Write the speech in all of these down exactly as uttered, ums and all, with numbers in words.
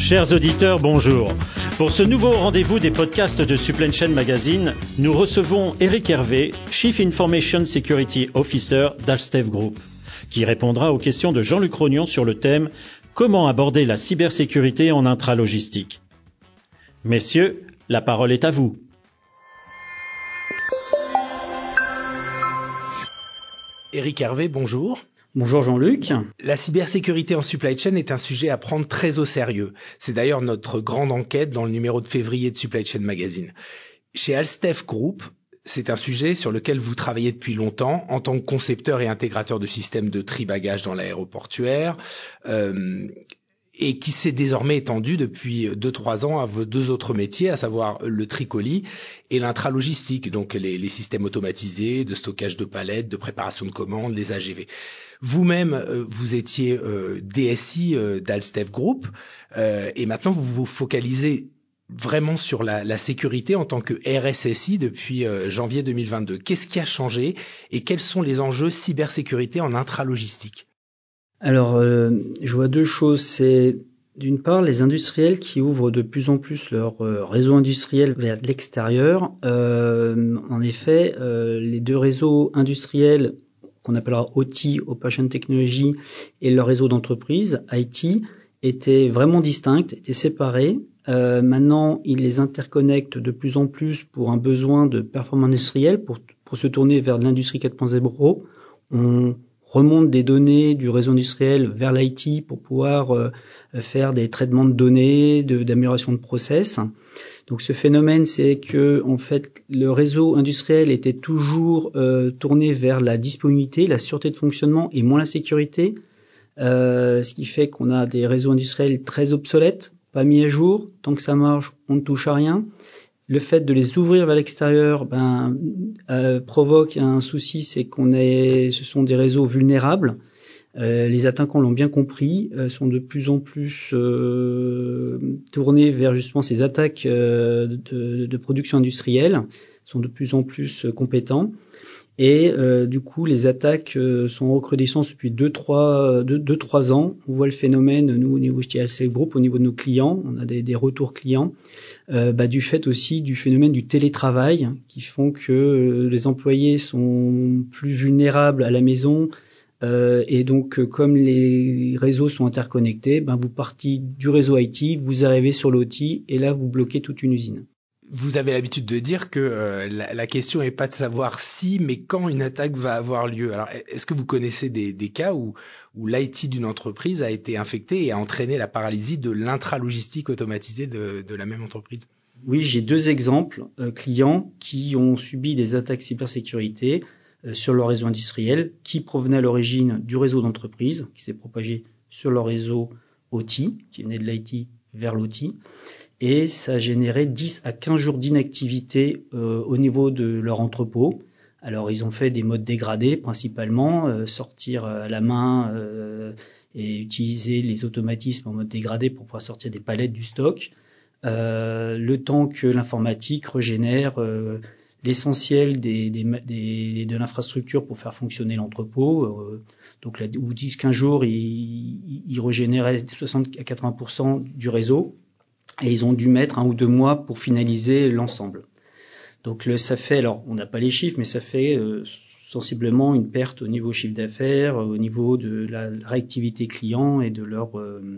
Chers auditeurs, bonjour. Pour ce nouveau rendez-vous des podcasts de Supply Chain Magazine, nous recevons Eric Hervé, Chief Information Security Officer d'Alstev Group, qui répondra aux questions de Jean-Luc Rognon sur le thème « Comment aborder la cybersécurité en intralogistique ?» Messieurs, la parole est à vous. Eric Hervé, bonjour. Bonjour Jean-Luc. La cybersécurité en supply chain est un sujet à prendre très au sérieux. C'est d'ailleurs notre grande enquête dans le numéro de février de Supply Chain Magazine. Chez Alstev Group, c'est un sujet sur lequel vous travaillez depuis longtemps en tant que concepteur et intégrateur de systèmes de tri-bagages dans l'aéroportuaire euh, et qui s'est désormais étendu depuis deux trois ans à vos deux autres métiers, à savoir le tri-colis et l'intralogistique, donc les, les systèmes automatisés de stockage de palettes, de préparation de commandes, les A G V. Vous-même, euh, vous étiez euh, D S I euh, d'Alstev Group euh, et maintenant vous vous focalisez vraiment sur la, la sécurité en tant que R S S I depuis euh, janvier deux mille vingt-deux. Qu'est-ce qui a changé et quels sont les enjeux cybersécurité en intralogistique ? Alors, euh, je vois deux choses. C'est d'une part les industriels qui ouvrent de plus en plus leur euh, réseau industriel vers l'extérieur. Euh, en effet, euh, les deux réseaux industriels qu'on appellera O T, Operation Technology, et leur réseau d'entreprise, I T, étaient vraiment distincts, étaient séparés. Euh, maintenant, ils les interconnectent de plus en plus pour un besoin de performance industrielle, pour, pour se tourner vers de l'industrie quatre point zéro. On remonte des données du réseau industriel vers l'I T pour pouvoir euh, faire des traitements de données, de, d'amélioration de process. Donc ce phénomène, c'est que en fait le réseau industriel était toujours euh, tourné vers la disponibilité, la sûreté de fonctionnement et moins la sécurité, euh, ce qui fait qu'on a des réseaux industriels très obsolètes, pas mis à jour. Tant que ça marche, on ne touche à rien. Le fait de les ouvrir vers l'extérieur ben, euh, provoque un souci, c'est qu'on est, ce sont des réseaux vulnérables. Euh, les attaquants l'ont bien compris, euh, sont de plus en plus euh, tournés vers justement ces attaques euh, de, de production industrielle, sont de plus en plus euh, compétents. Et euh, du coup, les attaques euh, sont en recrudescence depuis deux trois deux, deux, trois ans. On voit le phénomène, nous, au niveau de Alstev Group, au niveau de nos clients, on a des, des retours clients, euh, bah, du fait aussi du phénomène du télétravail, qui font que euh, les employés sont plus vulnérables à la maison. Euh, et donc, euh, comme les réseaux sont interconnectés, ben, vous partez du réseau I T, vous arrivez sur l'O T, et là, vous bloquez toute une usine. Vous avez l'habitude de dire que euh, la, la question n'est pas de savoir si, mais quand une attaque va avoir lieu. Alors, est-ce que vous connaissez des, des cas où, où l'I T d'une entreprise a été infecté et a entraîné la paralysie de l'intralogistique automatisée de, de la même entreprise ? Oui, j'ai deux exemples euh, clients qui ont subi des attaques cybersécurité euh, sur leur réseau industriel, qui provenaient à l'origine du réseau d'entreprise, qui s'est propagé sur leur réseau O T, qui venait de l'I T vers l'O T. Et ça a généré dix à quinze jours d'inactivité euh, au niveau de leur entrepôt. Alors, ils ont fait des modes dégradés, principalement, euh, sortir à la main euh, et utiliser les automatismes en mode dégradé pour pouvoir sortir des palettes du stock. Euh, le temps que l'informatique régénère euh, l'essentiel des, des, des, de l'infrastructure pour faire fonctionner l'entrepôt. Euh, donc, là, ou dix à quinze jours, ils, ils régénéraient soixante à quatre-vingts pour cent du réseau. Et ils ont dû mettre un ou deux mois pour finaliser l'ensemble. Donc le, ça fait, alors on n'a pas les chiffres, mais ça fait euh, sensiblement une perte au niveau chiffre d'affaires, au niveau de la réactivité client et de leur euh,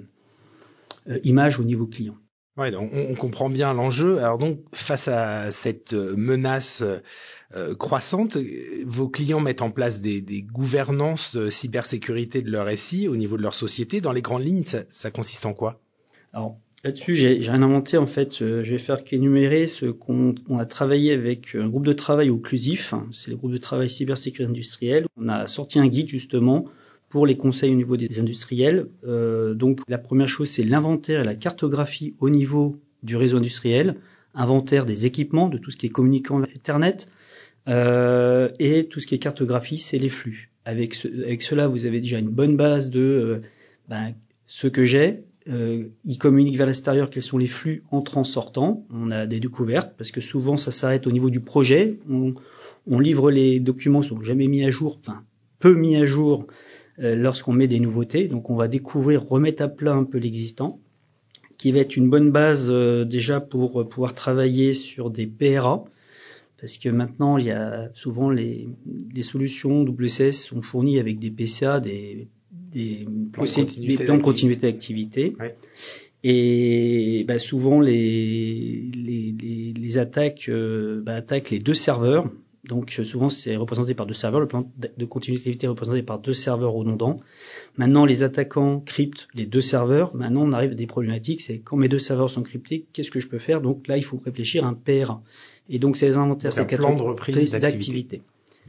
euh, image au niveau client. Ouais, donc on, on comprend bien l'enjeu. Alors donc face à cette menace euh, croissante, vos clients mettent en place des, des gouvernances de cybersécurité de leur S I au niveau de leur société. Dans les grandes lignes, ça, ça consiste en quoi ? Alors là-dessus, j'ai, j'ai rien inventé en fait. Euh, je vais faire qu'énumérer ce qu'on on a travaillé avec un groupe de travail occlusif. C'est le groupe de travail cybersécurité industrielle. On a sorti un guide justement pour les conseils au niveau des industriels. Euh, donc la première chose, c'est l'inventaire et la cartographie au niveau du réseau industriel, inventaire des équipements, de tout ce qui est communicant Internet, euh, et tout ce qui est cartographie, c'est les flux. Avec, ce, avec cela, vous avez déjà une bonne base de euh, ben, ce que j'ai. Euh, ils communiquent vers l'extérieur quels sont les flux entrants-sortants. On a des découvertes parce que souvent ça s'arrête au niveau du projet. On, on livre les documents qui sont jamais mis à jour, enfin peu mis à jour euh, lorsqu'on met des nouveautés. Donc on va découvrir, remettre à plat un peu l'existant, qui qui va être une bonne base euh, déjà pour euh, pouvoir travailler sur des P R A, parce que maintenant il y a souvent les, les solutions W C S sont fournies avec des P C A, des, des plans de continuité, des plans de continuité d'activité. Ouais. Et bah, souvent les, les, les, les attaques euh, bah, attaquent les deux serveurs. Donc souvent c'est représenté par deux serveurs, le plan de continuité d'activité est représenté par deux serveurs redondants. Maintenant les attaquants cryptent les deux serveurs. Maintenant on arrive à des problématiques, c'est quand mes deux serveurs sont cryptés, qu'est-ce que je peux faire? Donc là il faut réfléchir à un P R A. Et donc c'est les inventaires, c'est un plan de reprise d'activité.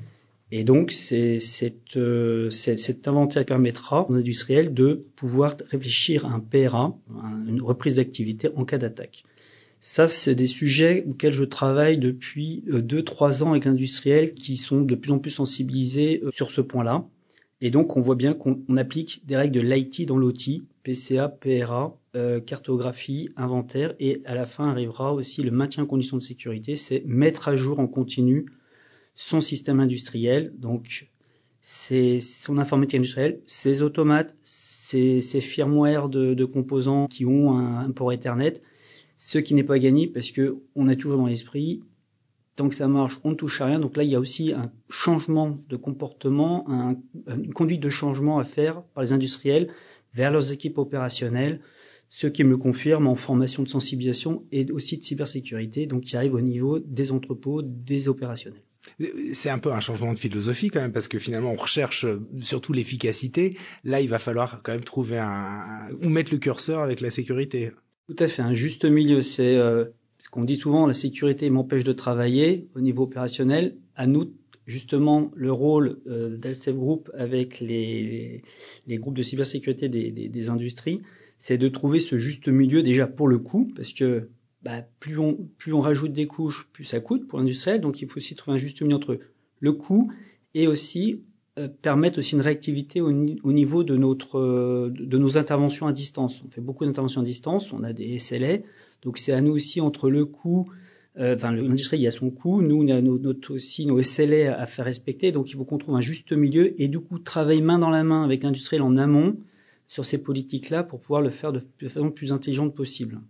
Et donc c'est, c'est, euh, c'est, cet inventaire permettra aux industriels de pouvoir réfléchir à un P R A, une reprise d'activité en cas d'attaque. Ça, c'est des sujets auxquels je travaille depuis deux trois ans avec l'industriel qui sont de plus en plus sensibilisés sur ce point-là. Et donc, on voit bien qu'on on applique des règles de l'I T dans l'O T, P C A, P R A, euh, cartographie, inventaire, et à la fin arrivera aussi le maintien en conditions de sécurité, c'est mettre à jour en continu son système industriel, donc c'est son informatique industrielle, ses automates, ses, ses firmware de, de composants qui ont un, un port Ethernet, ce qui n'est pas gagné parce que on a toujours dans l'esprit, tant que ça marche, on ne touche à rien. Donc là, il y a aussi un changement de comportement, un, une conduite de changement à faire par les industriels vers leurs équipes opérationnelles, ce qui me confirme en formation de sensibilisation et aussi de cybersécurité, donc qui arrive au niveau des entrepôts, des opérationnels. C'est un peu un changement de philosophie quand même, parce que finalement on recherche surtout l'efficacité. Là, il va falloir quand même trouver un, un où mettre le curseur avec la sécurité. Tout à fait, un juste milieu. C'est euh, ce qu'on dit souvent, la sécurité m'empêche de travailler au niveau opérationnel. À nous, justement, le rôle euh, d'Alstef Group avec les, les groupes de cybersécurité des, des, des industries, c'est de trouver ce juste milieu déjà pour le coût, parce que bah, plus on plus on rajoute des couches, plus ça coûte pour l'industriel. Donc il faut aussi trouver un juste milieu entre le coût et aussi euh, permettre aussi une réactivité au, au niveau de notre euh, de nos interventions à distance. On fait beaucoup d'interventions à distance, on a des S L A, donc c'est à nous aussi entre le coût, euh, enfin l'industriel il y a son coût, nous on a nos, notre aussi nos S L A à faire respecter. Donc il faut qu'on trouve un juste milieu et du coup travailler main dans la main avec l'industriel en amont sur ces politiques-là pour pouvoir le faire de, de façon plus intelligente possible.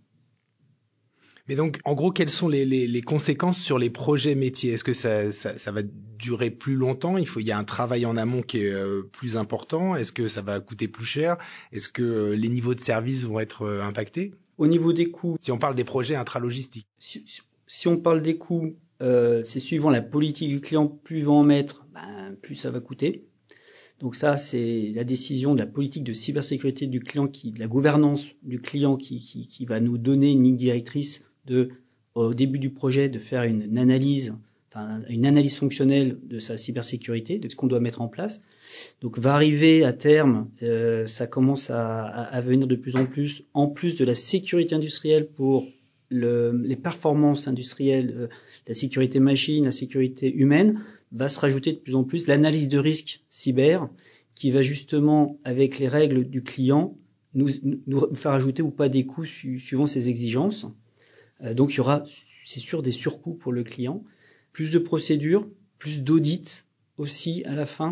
Mais donc, en gros, quelles sont les, les, les conséquences sur les projets métiers? Est-ce que ça, ça, ça va durer plus longtemps? Il faut, il y a un travail en amont qui est euh, plus important. Est-ce que ça va coûter plus cher? Est-ce que euh, les niveaux de service vont être euh, impactés? Au niveau des coûts, si on parle des projets intralogistiques. Si, si on parle des coûts, euh, c'est suivant la politique du client. Plus il va en mettre, ben, plus ça va coûter. Donc ça, c'est la décision de la politique de cybersécurité du client, qui, de la gouvernance du client, qui, qui, qui va nous donner une ligne directrice de, au début du projet, de faire une, une analyse, enfin une analyse fonctionnelle de sa cybersécurité, de ce qu'on doit mettre en place. Donc va arriver à terme, euh, ça commence à, à, à venir de plus en plus, en plus de la sécurité industrielle pour le, les performances industrielles, euh, la sécurité machine, la sécurité humaine, va se rajouter de plus en plus l'analyse de risque cyber, qui va justement, avec les règles du client, nous, nous faire ajouter ou pas des coûts su, suivant ses exigences. Euh, donc il y aura, c'est sûr, des surcoûts pour le client, plus de procédures, plus d'audits aussi à la fin,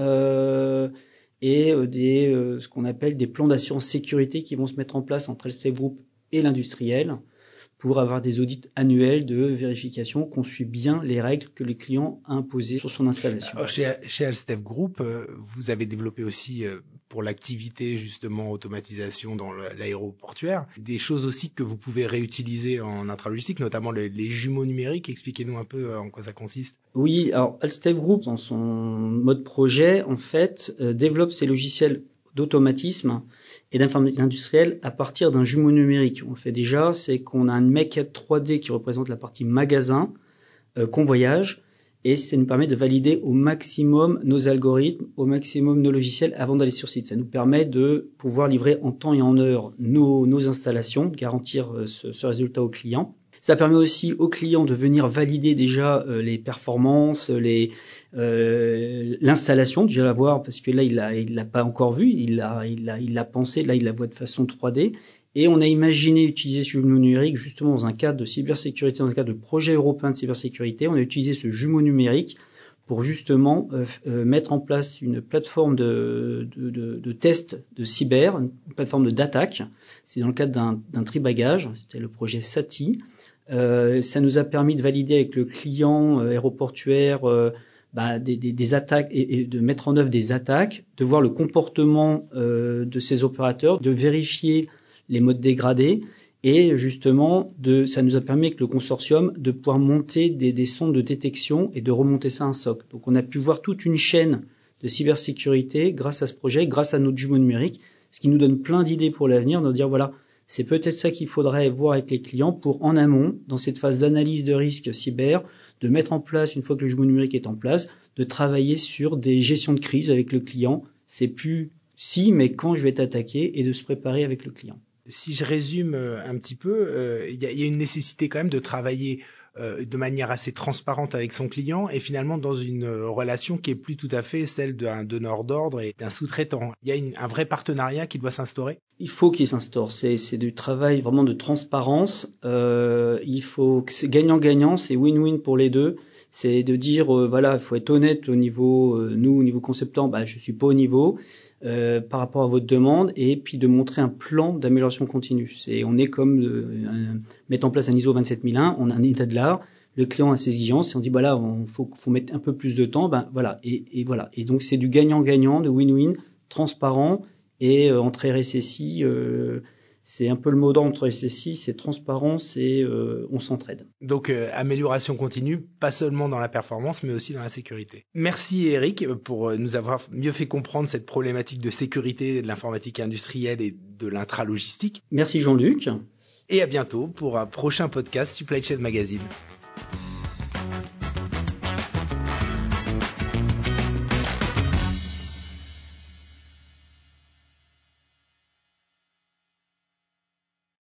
euh, et euh, des, euh, ce qu'on appelle des plans d'assurance sécurité qui vont se mettre en place entre Alstef Group et l'industriel, pour avoir des audits annuels de vérification qu'on suit bien les règles que le client a imposées sur son installation. Alors chez, chez Alstef Group, euh, vous avez développé aussi euh, pour l'activité justement automatisation dans l'aéroportuaire, des choses aussi que vous pouvez réutiliser en intralogistique, notamment les, les jumeaux numériques. Expliquez-nous un peu en quoi ça consiste. Oui, alors Alstef Group, dans son mode projet, en fait, euh, développe ses logiciels d'automatisme et d'informatique industrielle à partir d'un jumeau numérique. On le fait déjà, c'est qu'on a une maquette trois D qui représente la partie magasin, euh, convoyage, et ça nous permet de valider au maximum nos algorithmes, au maximum nos logiciels avant d'aller sur site. Ça nous permet de pouvoir livrer en temps et en heure nos, nos installations, garantir euh, ce, ce résultat au client. Ça permet aussi aux clients de venir valider déjà euh, les performances, les, euh, l'installation, déjà la voir, parce que là il l'a, il l'a pas encore vu, il l'a, il l'a, il l'a pensé, là il la voit de façon trois D. Et on a imaginé utiliser ce jumeau numérique justement dans un cadre de cybersécurité, dans un cadre de projet européen de cybersécurité. On a utilisé ce jumeau numérique pour justement euh, euh, mettre en place une plateforme de, de, de, de test de cyber, une plateforme d'attaque. C'est dans le cadre d'un, d'un tri-bagage, c'était le projet SATI. Euh, ça nous a permis de valider avec le client euh, aéroportuaire euh, bah, des, des, des attaques et, et de mettre en œuvre des attaques, de voir le comportement euh, de ces opérateurs, de vérifier les modes dégradés. Et justement, de, ça nous a permis avec le consortium de pouvoir monter des, des sondes de détection et de remonter ça à un soc. Donc on a pu voir toute une chaîne de cybersécurité grâce à ce projet, grâce à notre jumeau numérique, ce qui nous donne plein d'idées pour l'avenir, de dire voilà, c'est peut-être ça qu'il faudrait voir avec les clients pour en amont, dans cette phase d'analyse de risque cyber, de mettre en place, une fois que le jumeau numérique est en place, de travailler sur des gestions de crise avec le client. C'est plus si, mais quand je vais t'attaquer, et de se préparer avec le client. Si je résume un petit peu, euh, il y, a, y a une nécessité quand même de travailler euh, de manière assez transparente avec son client et finalement dans une relation qui est plus tout à fait celle d'un donneur d'ordre et d'un sous-traitant. Il y a une, un vrai partenariat qui doit s'instaurer. Il faut qu'il s'instaure. C'est, c'est du travail vraiment de transparence. Euh, il faut que c'est gagnant-gagnant, c'est win-win pour les deux. C'est de dire euh, voilà, il faut être honnête au niveau euh, nous au niveau conceptant, bah je suis pas au niveau. Euh, par rapport à votre demande et puis de montrer un plan d'amélioration continue. C'est, on est comme euh, un, mettre en place un I S O vingt-sept mille un, on a un état de l'art, le client a ses exigences et on dit bah là, on faut, faut mettre un peu plus de temps, ben voilà et, et voilà. Et donc c'est du gagnant-gagnant, de win-win, transparent et euh, entre R S S I, euh, c'est un peu le mot d'ordre entre R S S I, c'est transparence et euh, on s'entraide. Donc euh, amélioration continue, pas seulement dans la performance, mais aussi dans la sécurité. Merci Eric pour nous avoir mieux fait comprendre cette problématique de sécurité de l'informatique industrielle et de l'intralogistique. Merci Jean-Luc. Et à bientôt pour un prochain podcast Supply Chain Magazine.